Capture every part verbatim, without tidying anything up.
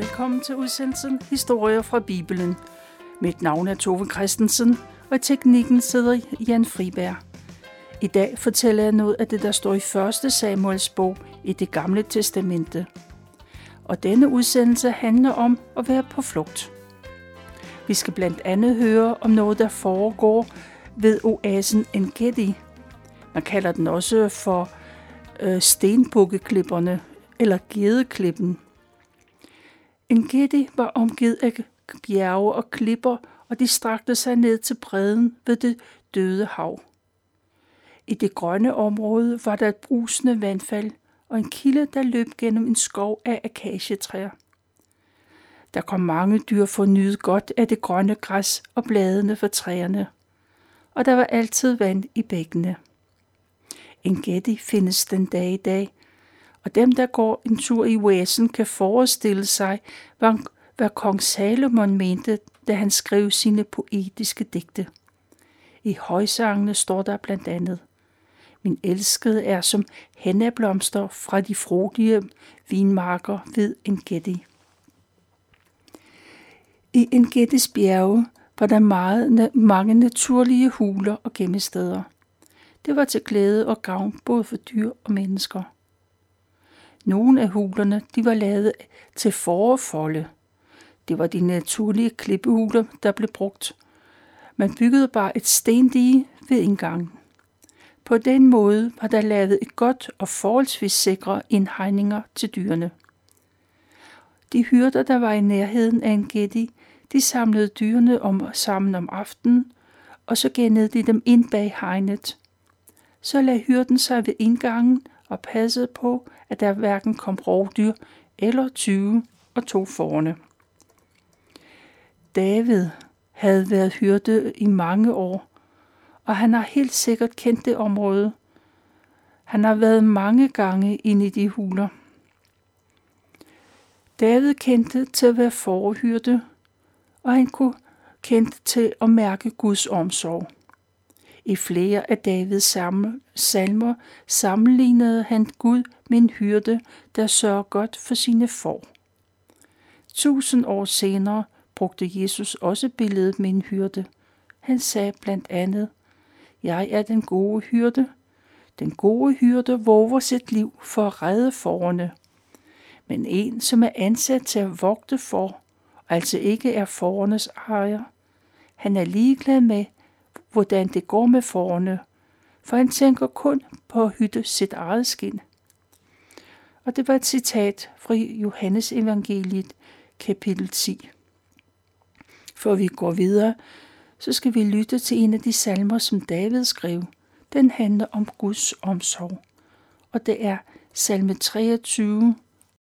Velkommen til udsendelsen Historier fra Bibelen. Mit navn er Tove Christensen, og i teknikken sidder Jan Friberg. I dag fortæller jeg noget af det, der står i første Samuels bog i Det Gamle Testamente. Og denne udsendelse handler om at være på flugt. Vi skal blandt andet høre om noget, der foregår ved oasen En-Gedi. Man kalder den også for øh, stenbukkeklipperne eller gedeklippen. En-Gedi var omgivet af bjerge og klipper, og de strakte sig ned til bredden ved det døde hav. I det grønne område var der et brusende vandfald og en kilde, der løb gennem en skov af akacietræer. Der kom mange dyr for at nyde godt af det grønne græs og bladene fra træerne, og der var altid vand i bækkene. En-Gedi findes den dag i dag, og dem, der går en tur i oasen, kan forestille sig, hvad kong Salomon mente, da han skrev sine poetiske digte. I højsangene står der blandt andet: Min elskede er som henneblomster fra de frodige vinmarker ved En-Gedi. I En-Gedis bjerge var der meget, mange naturlige huler og gemmesteder. Det var til glæde og gavn både for dyr og mennesker. Nogle af hulerne de var lavet til fårefolde. Det var de naturlige klippehuler, der blev brugt. Man byggede bare et stendige ved indgangen. På den måde var der lavet et godt og forholdsvis sikre indhegninger til dyrene. De hyrder, der var i nærheden af En-Gedi, de samlede dyrene om, sammen om aftenen, og så gennede de dem ind bag hegnet. Så lagde hyrden sig ved indgangen og passede på, at der hverken kom rovdyr eller tyve og tog fårene. David havde været hyrde i mange år, og han har helt sikkert kendt det område. Han har været mange gange inde i de huler. David kendte til at være fårehyrde, og han kunne kendte til at mærke Guds omsorg. I flere af Davids salmer sammenlignede han Gud med en hyrde, der sørger godt for sine får. Tusind år senere brugte Jesus også billedet med en hyrde. Han sagde blandt andet: Jeg er den gode hyrde. Den gode hyrde våger sit liv for at redde fårene. Men en, som er ansat til at vogte får, altså ikke er fårenes ejer, han er ligeglad med, hvordan det går med fårene, for han tænker kun på at hytte sit eget skind. Og det var et citat fra Johannes evangeliet, kapitel ti. Før vi går videre, så skal vi lytte til en af de salmer, som David skrev. Den handler om Guds omsorg, og det er salme treogtyve.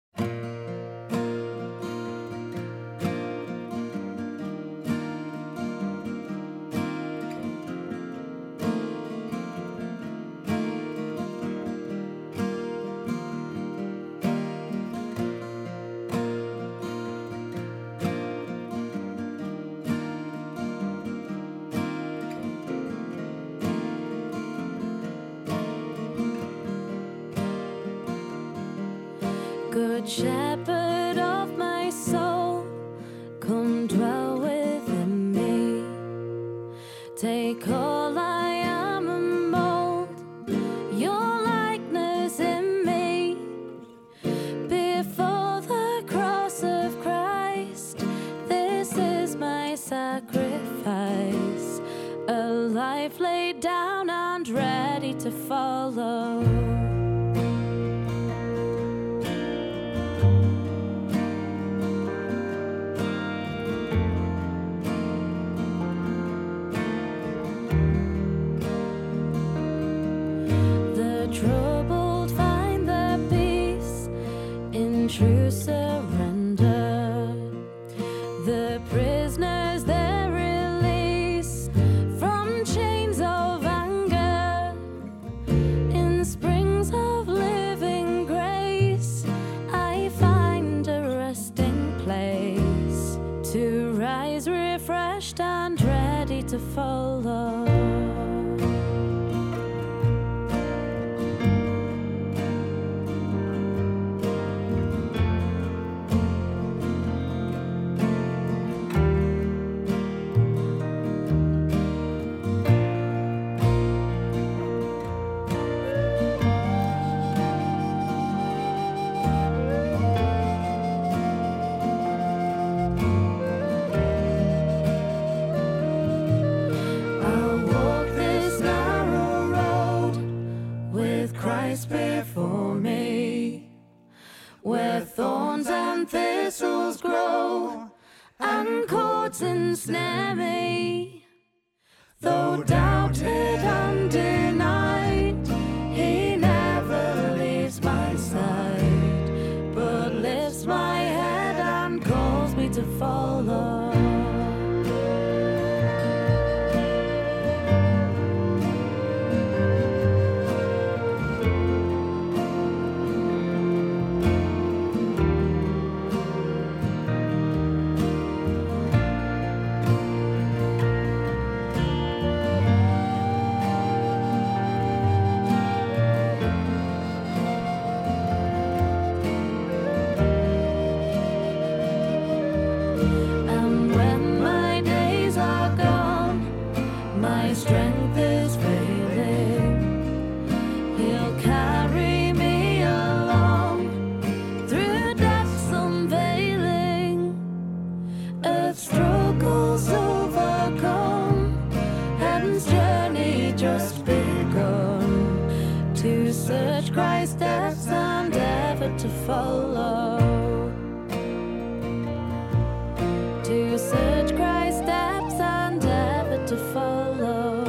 Good shepherd of my soul, come dwell within me. Take all I am and mold your likeness in me. Before the cross of Christ, this is my sacrifice. A life laid down and ready to follow. Troubled find their peace in true surrender. The prisoners they're released from chains of anger. In springs of living grace, I find a resting place to rise refreshed and ready to follow. no doubted, undenied, he never leaves my side, but lifts my head and calls me to follow. To follow, to search Christ's steps and ever to follow.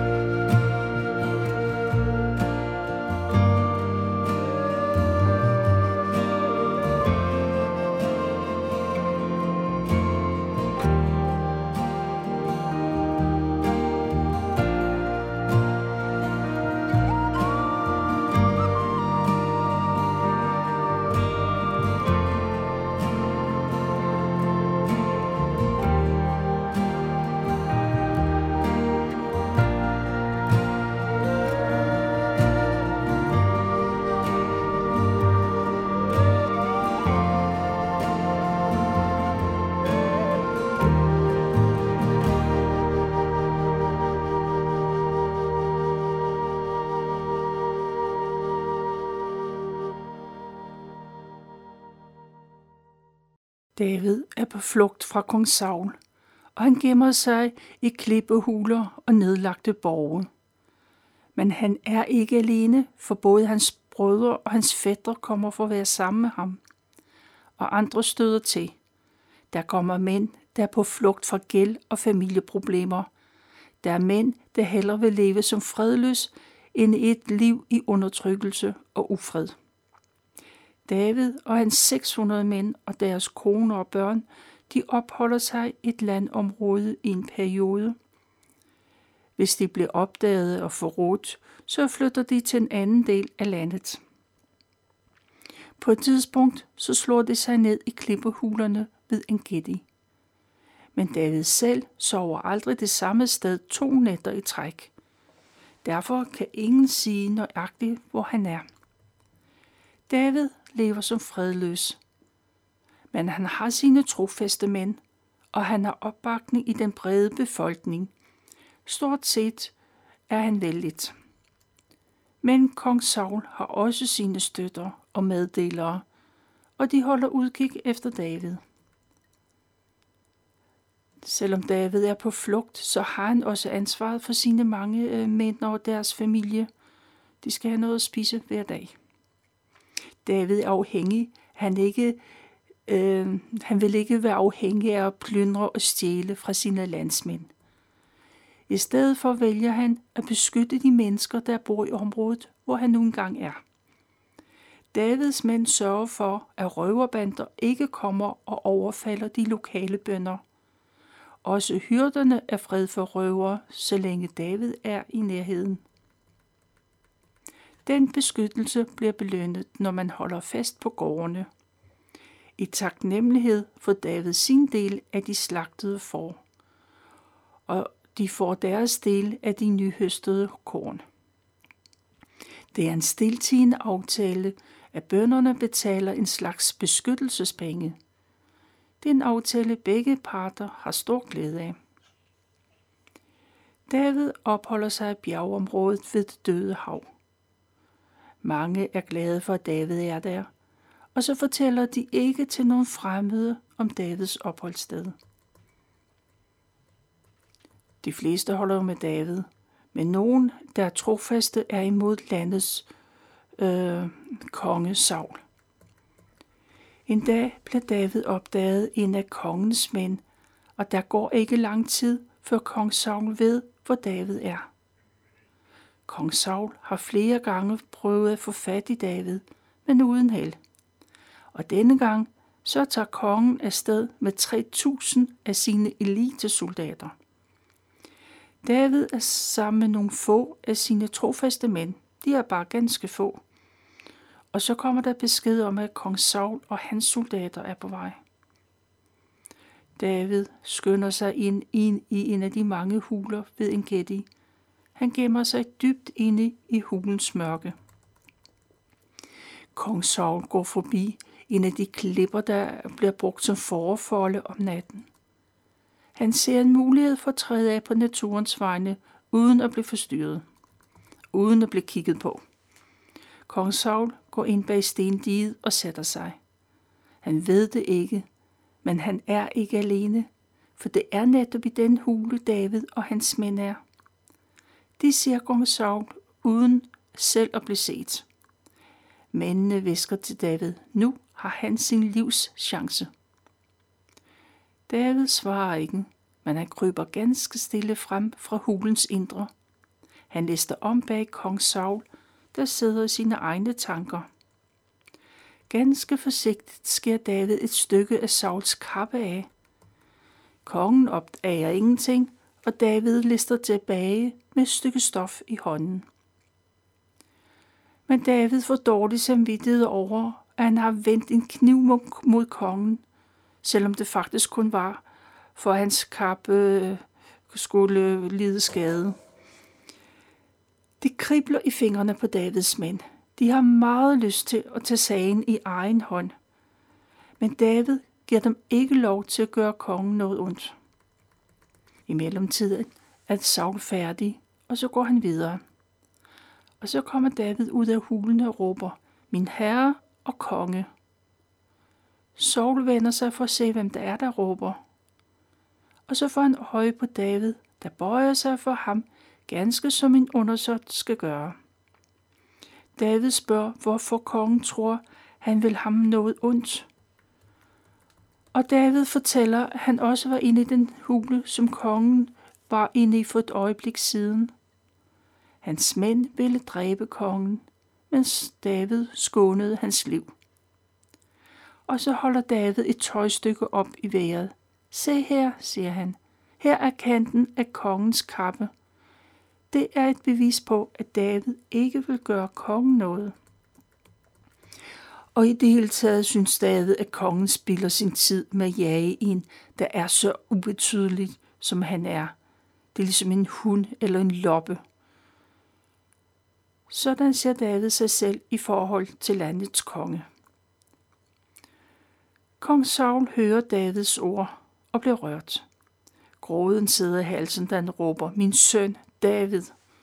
David er på flugt fra kong Saul, og han gemmer sig i klippehuler og nedlagte borge. Men han er ikke alene, for både hans brødre og hans fætre kommer for at være sammen med ham. Og andre støder til. Der kommer mænd, der er på flugt fra gæld og familieproblemer. Der er mænd, der hellere vil leve som fredløs, end et liv i undertrykkelse og ufred. David og hans seks hundrede mænd og deres koner og børn, de opholder sig i et landområde i en periode. Hvis de bliver opdaget og forrådt, så flytter de til en anden del af landet. På et tidspunkt så slår de sig ned i klippehulerne ved En-Gedi. Men David selv sover aldrig det samme sted to nætter i træk. Derfor kan ingen sige nøjagtigt, hvor han er. David lever som fredløs, men han har sine trofaste mænd, og han har opbakning i den brede befolkning. Stort set er han vældigt. Men kong Saul har også sine støtter og meddelere, og de holder udkig efter David. Selvom David er på flugt, så har han også ansvaret for sine mange øh, mænd og deres familie. De skal have noget at spise hver dag. David er afhængig. Han, ikke, øh, han vil ikke være afhængig af at plyndre og stjæle fra sine landsmænd. I stedet for vælger han at beskytte de mennesker, der bor i området, hvor han nu engang er. Davids mænd sørger for, at røverbander ikke kommer og overfalder de lokale bønder. Også hyrderne er fred for røvere, så længe David er i nærheden. Den beskyttelse bliver belønnet, når man holder fast på gårdene. I taknemmelighed får David sin del af de slagtede får, og de får deres del af de nyhøstede korn. Det er en stiltiende aftale, at bønderne betaler en slags beskyttelsespenge. Det er en aftale, begge parter har stor glæde af. David opholder sig i bjergeområdet ved det Døde Hav. Mange er glade for, at David er der, og så fortæller de ikke til nogen fremmede om Davids opholdssted. De fleste holder med David, men nogen, der er trofaste, er imod landets øh, konge Saul. En dag bliver David opdaget en af kongens mænd, og der går ikke lang tid, før kong Saul ved, hvor David er. Kong Saul har flere gange prøvet at få fat i David, men uden held. Og denne gang så tager kongen afsted med tre tusind af sine elitesoldater. David er sammen med nogle få af sine trofaste mænd. De er bare ganske få. Og så kommer der besked om, at kong Saul og hans soldater er på vej. David skynder sig ind i en af de mange huler ved En-Gedi. Han gemmer sig dybt inde i hulens mørke. Kong Saul går forbi en af de klipper, der bliver brugt som forfolde om natten. Han ser en mulighed for at træde af på naturens vegne, uden at blive forstyrret, uden at blive kigget på. Kong Saul går ind bag stendiget og sætter sig. Han ved det ikke, men han er ikke alene, for det er netop i den hule, David og hans mænd er. De ser kong Saul uden selv at blive set. Mændene hvisker til David, nu har han sin livs chance. David svarer ikke, men han kryber ganske stille frem fra hulens indre. Han lister om bag kong Saul, der sidder i sine egne tanker. Ganske forsigtigt skærer David et stykke af Sauls kappe af. Kongen opdager ingenting, og David lister tilbage med et stykke stof i hånden. Men David får dårlig samvittighed over, at han har vendt en kniv mod kongen, selvom det faktisk kun var, for hans kappe skulle lide skade. Det kribler i fingrene på Davids mænd. De har meget lyst til at tage sagen i egen hånd. Men David giver dem ikke lov til at gøre kongen noget ondt. I mellemtiden er Saul færdig, og så går han videre. Og så kommer David ud af hulen og råber, min herre og konge. Saul vender sig for at se, hvem der er, der råber. Og så får han øje på David, der bøjer sig for ham, ganske som en undersåt skal gøre. David spørger, hvorfor kongen tror, han vil ham noget ondt. Og David fortæller, at han også var inde i den hule, som kongen var inde i for et øjeblik siden. Hans mænd ville dræbe kongen, mens David skånede hans liv. Og så holder David et tøjstykke op i vejret. Se her, siger han. Her er kanten af kongens kappe. Det er et bevis på, at David ikke vil gøre kongen noget. Og i det hele taget synes David, at kongen spilder sin tid med at jage en, der er så ubetydelig, som han er. Det er ligesom en hund eller en loppe. Sådan ser David sig selv i forhold til landets konge. Kong Saul hører Davids ord og bliver rørt. Gråden sidder i halsen, da han råber, min søn David.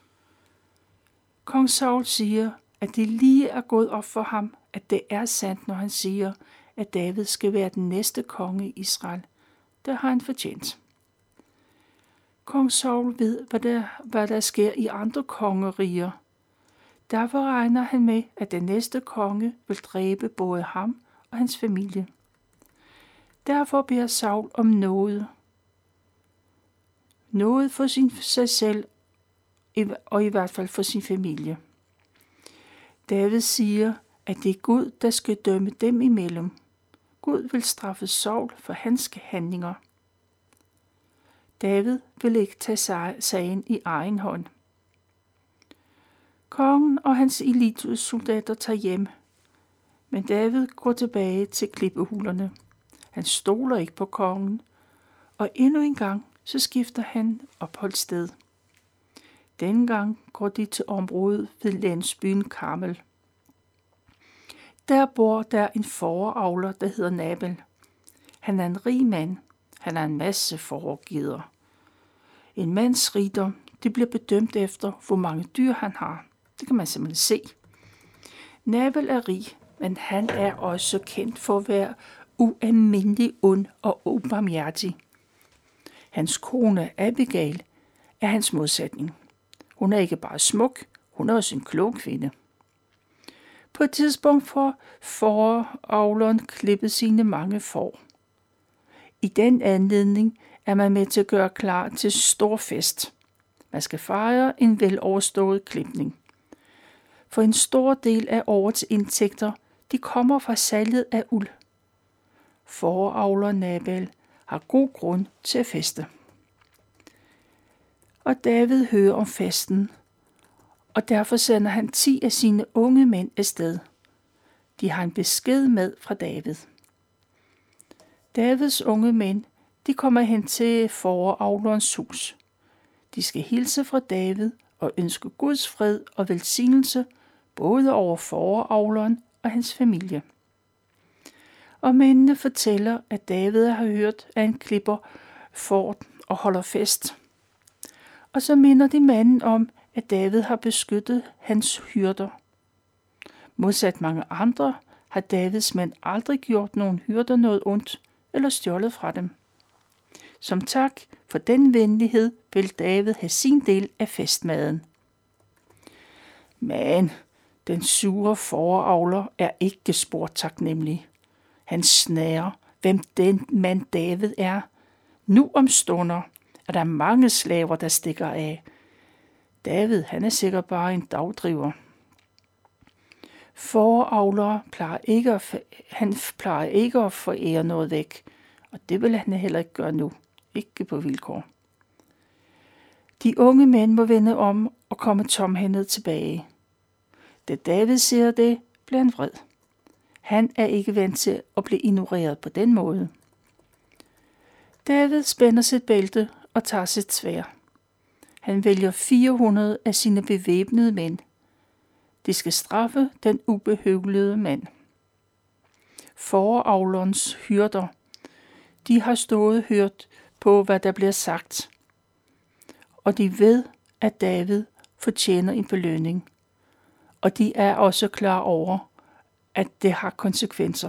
Kong Saul siger, at det lige er gået op for ham, at det er sandt, når han siger, at David skal være den næste konge i Israel. Det har han fortjent. Kong Saul ved, hvad der, hvad der sker i andre kongeriger. Derfor regner han med, at den næste konge vil dræbe både ham og hans familie. Derfor beder Saul om noget. Noget for sin, sig selv, og i hvert fald for sin familie. David siger, at det er Gud, der skal dømme dem imellem. Gud vil straffe Saul for hans handlinger. David vil ikke tage sagen i egen hånd. Kongen og hans elitesoldater tager hjem, men David går tilbage til klippehulerne. Han stoler ikke på kongen, og endnu en gang så skifter han opholdssted. Denne gang går de til området ved landsbyen Karmel. Der bor der en fåreavler, der hedder Nabal. Han er en rig mand. Han har en masse fåregeder. En mands rigdom, det bliver bedømt efter, hvor mange dyr han har. Det kan man simpelthen se. Nabal er rig, men han er også kendt for at være ualmindelig ond og ubarmhjertig. Hans kone Abigail er hans modsætning. Hun er ikke bare smuk, hun er også en klog kvinde. På et tidspunkt får fåreavleren klippet sine mange får. I den anledning er man med til at gøre klar til stor fest. Man skal fejre en veloverstået klipning. For en stor del af årets indtægter, de kommer fra salget af uld. Fåreavler Nabal har god grund til at feste. Og David hører om festen, og derfor sender han ti af sine unge mænd afsted. De har en besked med fra David. Davids unge mænd, de kommer hen til fåreavlerens hus. De skal hilse fra David og ønske Guds fred og velsignelse både over fåreavleren og hans familie. Og mændene fortæller, at David har hørt, at en klipper får og holder fest. Og så minder de manden om, at David har beskyttet hans hyrder. Modsat mange andre har Davids mænd aldrig gjort nogen hyrder noget ondt eller stjålet fra dem. Som tak for den venlighed vil David have sin del af festmaden. Men den sure fåreavler er ikke spor taknemmelig. Han snærer, hvem den mand David er. Nu om stunder er der mange slaver, der stikker af. David, han er sikkert bare en dagdriver. Fåreavlere plejer ikke at, han plejer ikke at forære noget væk, og det vil han heller ikke gøre nu. Ikke på vilkår. De unge mænd må vende om og komme tomhændet tilbage. Da David ser det, bliver han vred. Han er ikke vant til at blive ignoreret på den måde. David spænder sit bælte og tager sit sværd. Han vælger fire hundrede af sine bevæbnede mænd. De skal straffe den ubehøvlede mand. Fåreavlerens hyrder, de har stået og hørt på, hvad der bliver sagt. Og de ved, at David fortjener en belønning. Og de er også klar over, at det har konsekvenser.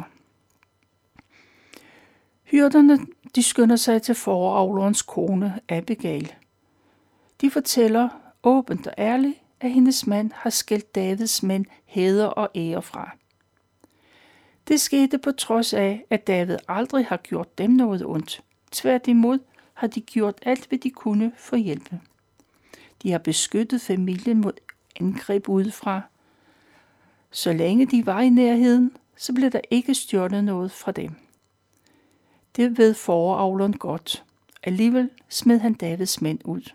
Hyrderne, de skynder sig til fåreavlerens kone, Abigail. De fortæller åbent og ærligt, at hendes mand har skældt Davids mænd hæder og ære fra. Det skete på trods af, at David aldrig har gjort dem noget ondt. Tværtimod har de gjort alt, hvad de kunne for at hjælpe. De har beskyttet familien mod angreb udefra. Så længe de var i nærheden, så blev der ikke stjålet noget fra dem. Det ved fåreavleren godt. Alligevel smed han Davids mænd ud.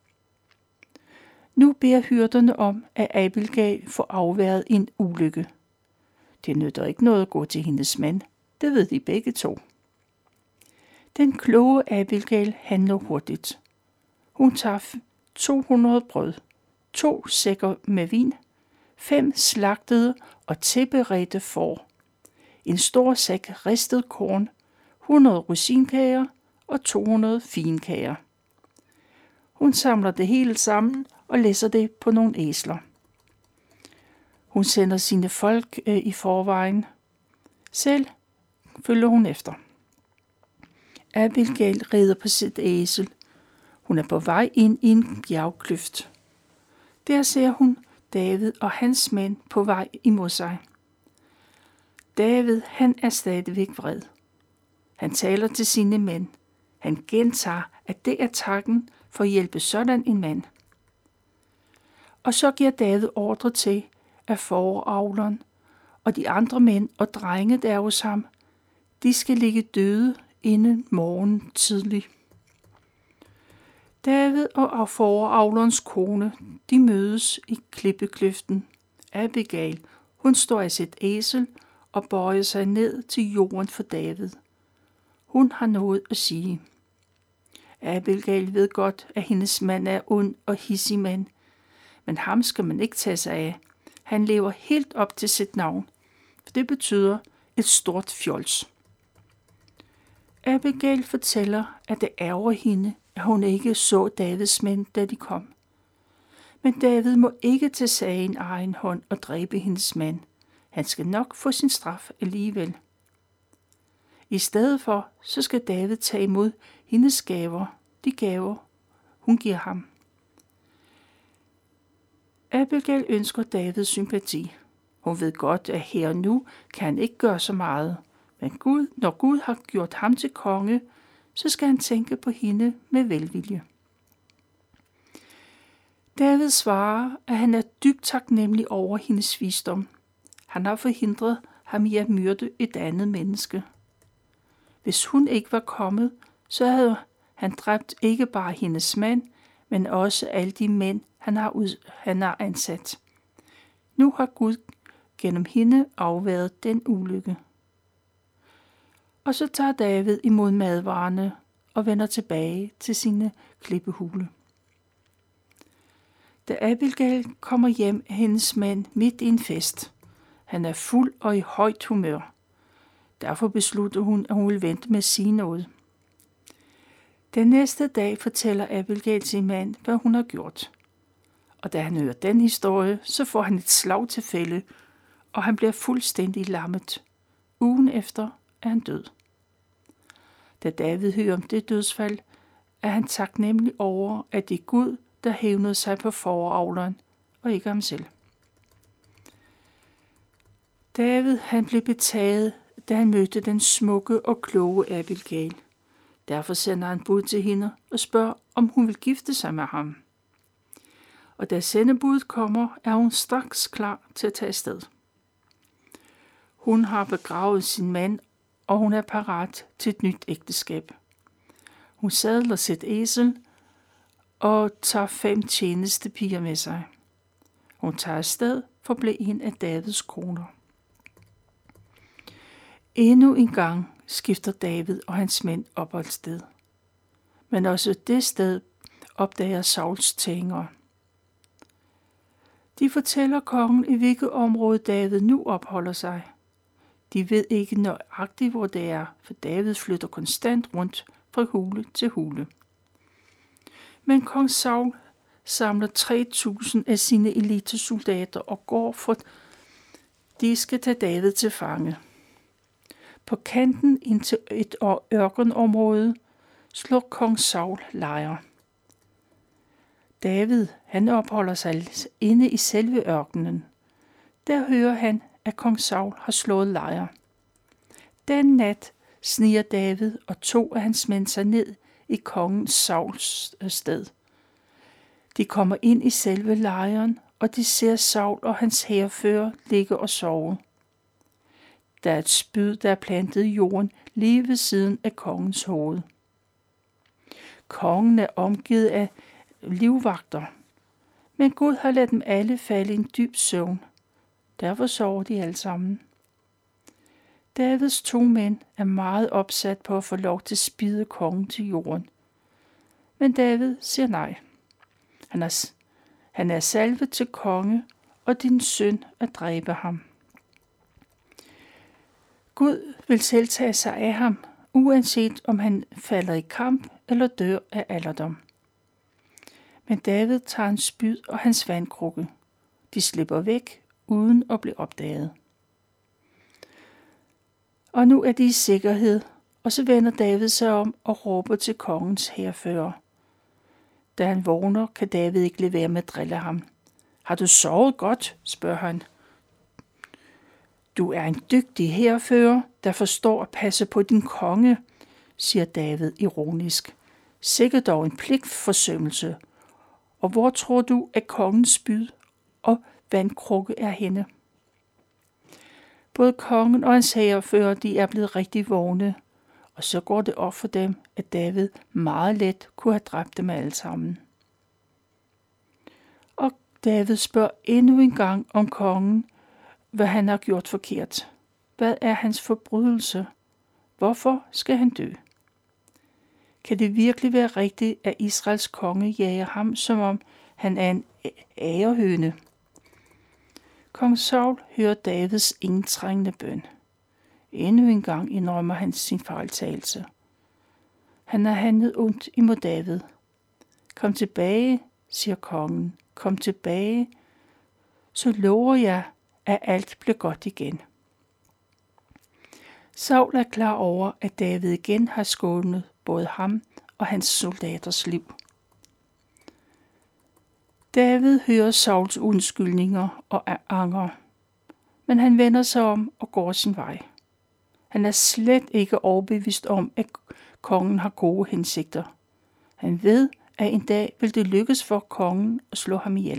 Nu beder hyrderne om, at Abigail får afværget en ulykke. Det nytter ikke noget at gå til hendes mand. Det ved de begge to. Den kloge Abigail handler hurtigt. Hun tager to hundrede brød, to sækker med vin, fem slagtede og tilberedte får, en stor sæk ristet korn, hundrede rosinkager og to hundrede finkager. Hun samler det hele sammen og læsser det på nogle æsler. Hun sender sine folk øh, i forvejen. Selv følger hun efter. Abigail rider på sit æsel. Hun er på vej ind i en bjergkløft. Der ser hun David og hans mænd på vej imod sig. David, han er stadigvæk vred. Han taler til sine mænd. Han gentager, at det er takken for at hjælpe sådan en mand. Og så giver David ordre til, at fåreavleren og de andre mænd og drenge der hos ham, de skal ligge døde inden morgen tidlig. David og fåreavlerens kone, de mødes i klippekløften. Abigail, hun står af sit æsel og bøjer sig ned til jorden for David. Hun har noget at sige. Abigail ved godt, at hendes mand er ond og hidsig mand, men ham skal man ikke tage sig af. Han lever helt op til sit navn, for det betyder et stort fjols. Abigail fortæller, at det ærger hende, at hun ikke så Davids mænd, da de kom. Men David må ikke tage sagen i egen hånd og dræbe hendes mand. Han skal nok få sin straf alligevel. I stedet for, så skal David tage imod hendes gaver, de gaver, hun giver ham. Abigail ønsker Davids sympati. Hun ved godt, at her og nu kan han ikke gøre så meget. Men Gud, når Gud har gjort ham til konge, så skal han tænke på hende med velvilje. David svarer, at han er dybt taknemmelig over hendes visdom. Han har forhindret ham i at myrde et andet menneske. Hvis hun ikke var kommet, så havde han dræbt ikke bare hendes mand, men også alle de mænd, han har, ud, han har ansat. Nu har Gud gennem hende afværet den ulykke. Og så tager David imod madvarerne og vender tilbage til sine klippehule. Da Abigail kommer hjem, er hendes mand midt i en fest. Han er fuld og i højt humør. Derfor beslutter hun, at hun vil vente med at sige noget. Den næste dag fortæller Abigail sin mand, hvad hun har gjort. Og da han hører den historie, så får han et slag til fælde, og han bliver fuldstændig lammet. Ugen efter er han død. Da David hører om det dødsfald, er han taknemmelig over, at det er Gud, der hævnede sig på fåreavleren, og ikke ham selv. David han blev betaget, da han mødte den smukke og kloge Abigail. Derfor sender han bud til hende og spørger, om hun vil gifte sig med ham. Og da sendebuddet kommer, er hun straks klar til at tage afsted. Hun har begravet sin mand, og hun er parat til et nyt ægteskab. Hun sadler sit æsel og tager fem tjenestepiger med sig. Hun tager afsted for at blive en af Davids koner. Endnu en gang skifter David og hans mænd opholdssted. Men også det sted opdager Sauls tjenere. De fortæller kongen, i hvilket område David nu opholder sig. De ved ikke nøjagtigt, hvor det er, for David flytter konstant rundt fra hule til hule. Men kong Saul samler tre tusind af sine elitesoldater og går for, de skal tage David til fange. På kanten ind til et ørkenområde slår kong Saul lejr. David, han opholder sig inde i selve ørkenen. Der hører han, at kong Saul har slået lejr. Den nat sniger David og to af hans mænd sig ned i kongen Sauls sted. De kommer ind i selve lejren, og de ser Saul og hans hærfører ligge og sove. Der er et spyd, der er plantet i jorden lige ved siden af kongens hoved. Kongen er omgivet af livvagter, men Gud har ladet dem alle falde i en dyb søvn. Derfor sover de alle sammen. Davids to mænd er meget opsat på at få lov til at spide kongen til jorden. Men David siger nej. Han er, han er salvet til konge, og din søn at dræbe ham. Gud vil selv tage sig af ham, uanset om han falder i kamp eller dør af alderdom. Men David tager en spyd og hans vandkrukke. De slipper væk, uden at blive opdaget. Og nu er de i sikkerhed, og så vender David sig om og råber til kongens hærfører. Da han vågner, kan David ikke lade være med at drille ham. Har du sovet godt? Spørger han. Du er en dygtig hærfører, der forstår at passe på din konge, siger David ironisk. Sikkert dog en pligtforsømmelse. Og hvor tror du, at kongens spyd og vandkrukke er henne? Både kongen og hans hærfører, de er blevet rigtig vågne, og så går det op for dem, at David meget let kunne have dræbt dem alle sammen. Og David spørger endnu en gang om kongen, hvad han har gjort forkert. Hvad er hans forbrydelse? Hvorfor skal han dø? Kan det virkelig være rigtigt, at Israels konge jager ham, som om han er en ærehøne? Kong Saul hører Davids indtrængende bøn. Endnu en gang indrømmer han sin fejltagelse. Han har handlet ondt imod David. Kom tilbage, siger kongen. Kom tilbage, så lover jeg, at alt bliver godt igen. Saul er klar over, at David igen har skånet både ham og hans soldaters liv. David hører Sauls undskyldninger og er anger, men han vender sig om og går sin vej. Han er slet ikke overbevist om, at kongen har gode hensigter. Han ved, at en dag vil det lykkes for kongen at slå ham ihjel.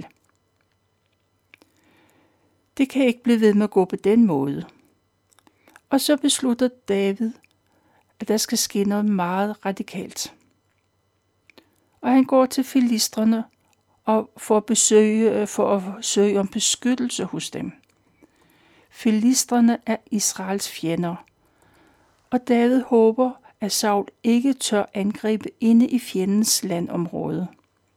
Det kan ikke blive ved med at gå på den måde. Og så beslutter David, at der skal ske noget meget radikalt. Og han går til filistrene og får besøge, for at søge om beskyttelse hos dem. Filistrene er Israels fjender, og David håber, at Saul ikke tør angribe inde i fjendens landområde.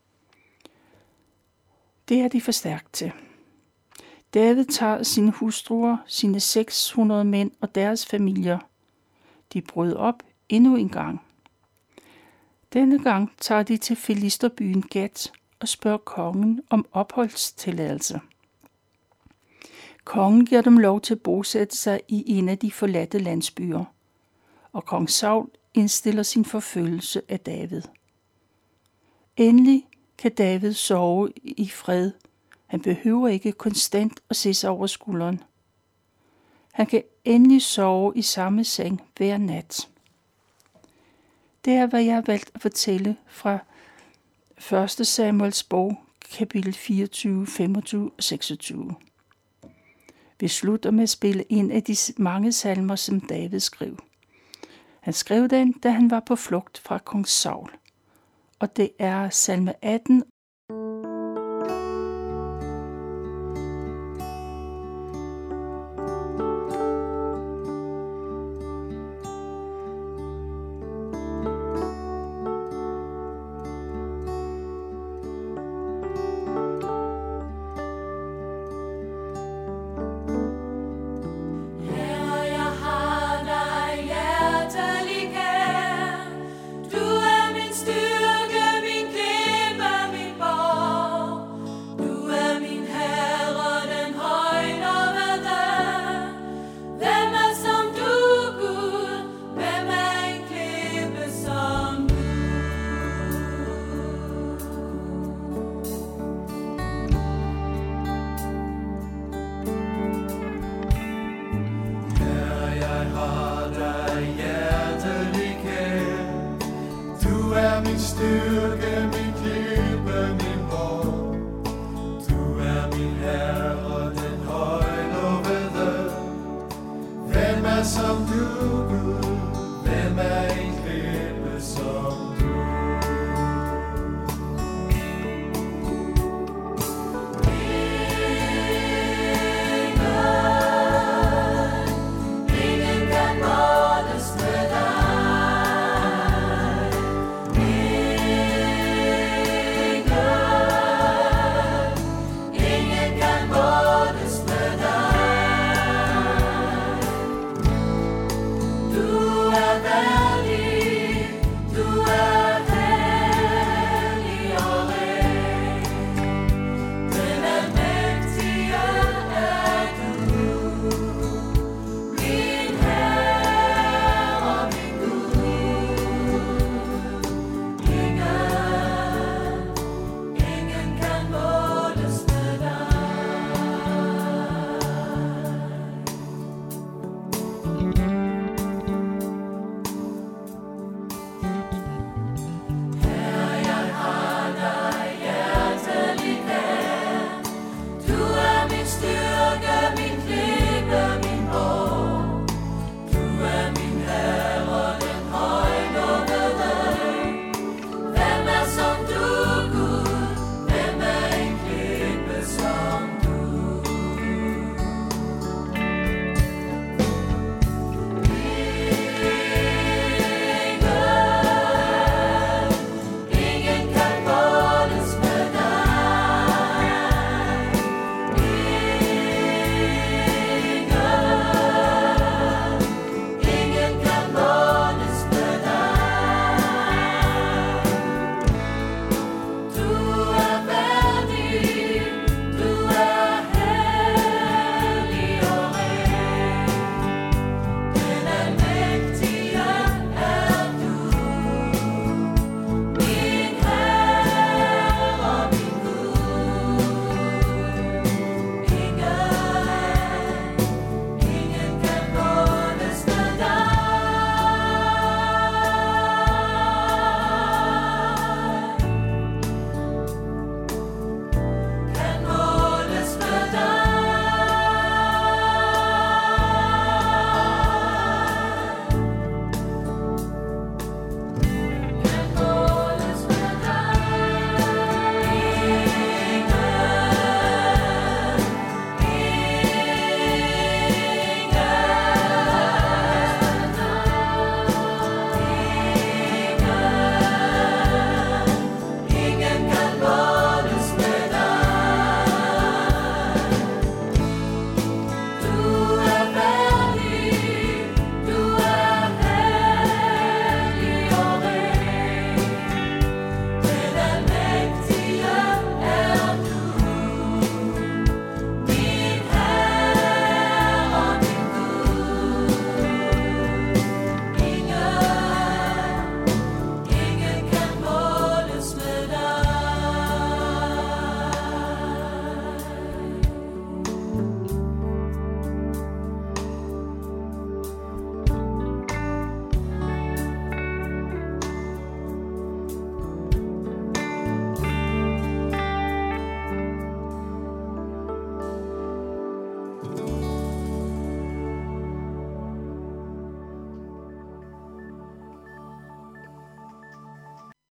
Det er de for stærkt til. David tager sine hustruer, sine seks hundrede mænd og deres familier. De brød op endnu en gang. Denne gang tager de til filisterbyen Gat og spørger kongen om opholdstilladelse. Kongen giver dem lov til at bosætte sig i en af de forladte landsbyer, og kong Saul indstiller sin forfølgelse af David. Endelig kan David sove i fred. Han behøver ikke konstant at se sig over skulderen. Han kan endelig sove i samme seng hver nat. Det er, hvad jeg har valgt at fortælle fra første Samuels bog, kapitel fireogtyve, femogtyve og seksogtyve. Vi slutter med at spille en af de mange salmer, som David skrev. Han skrev den, da han var på flugt fra kong Saul. Og det er salme atten.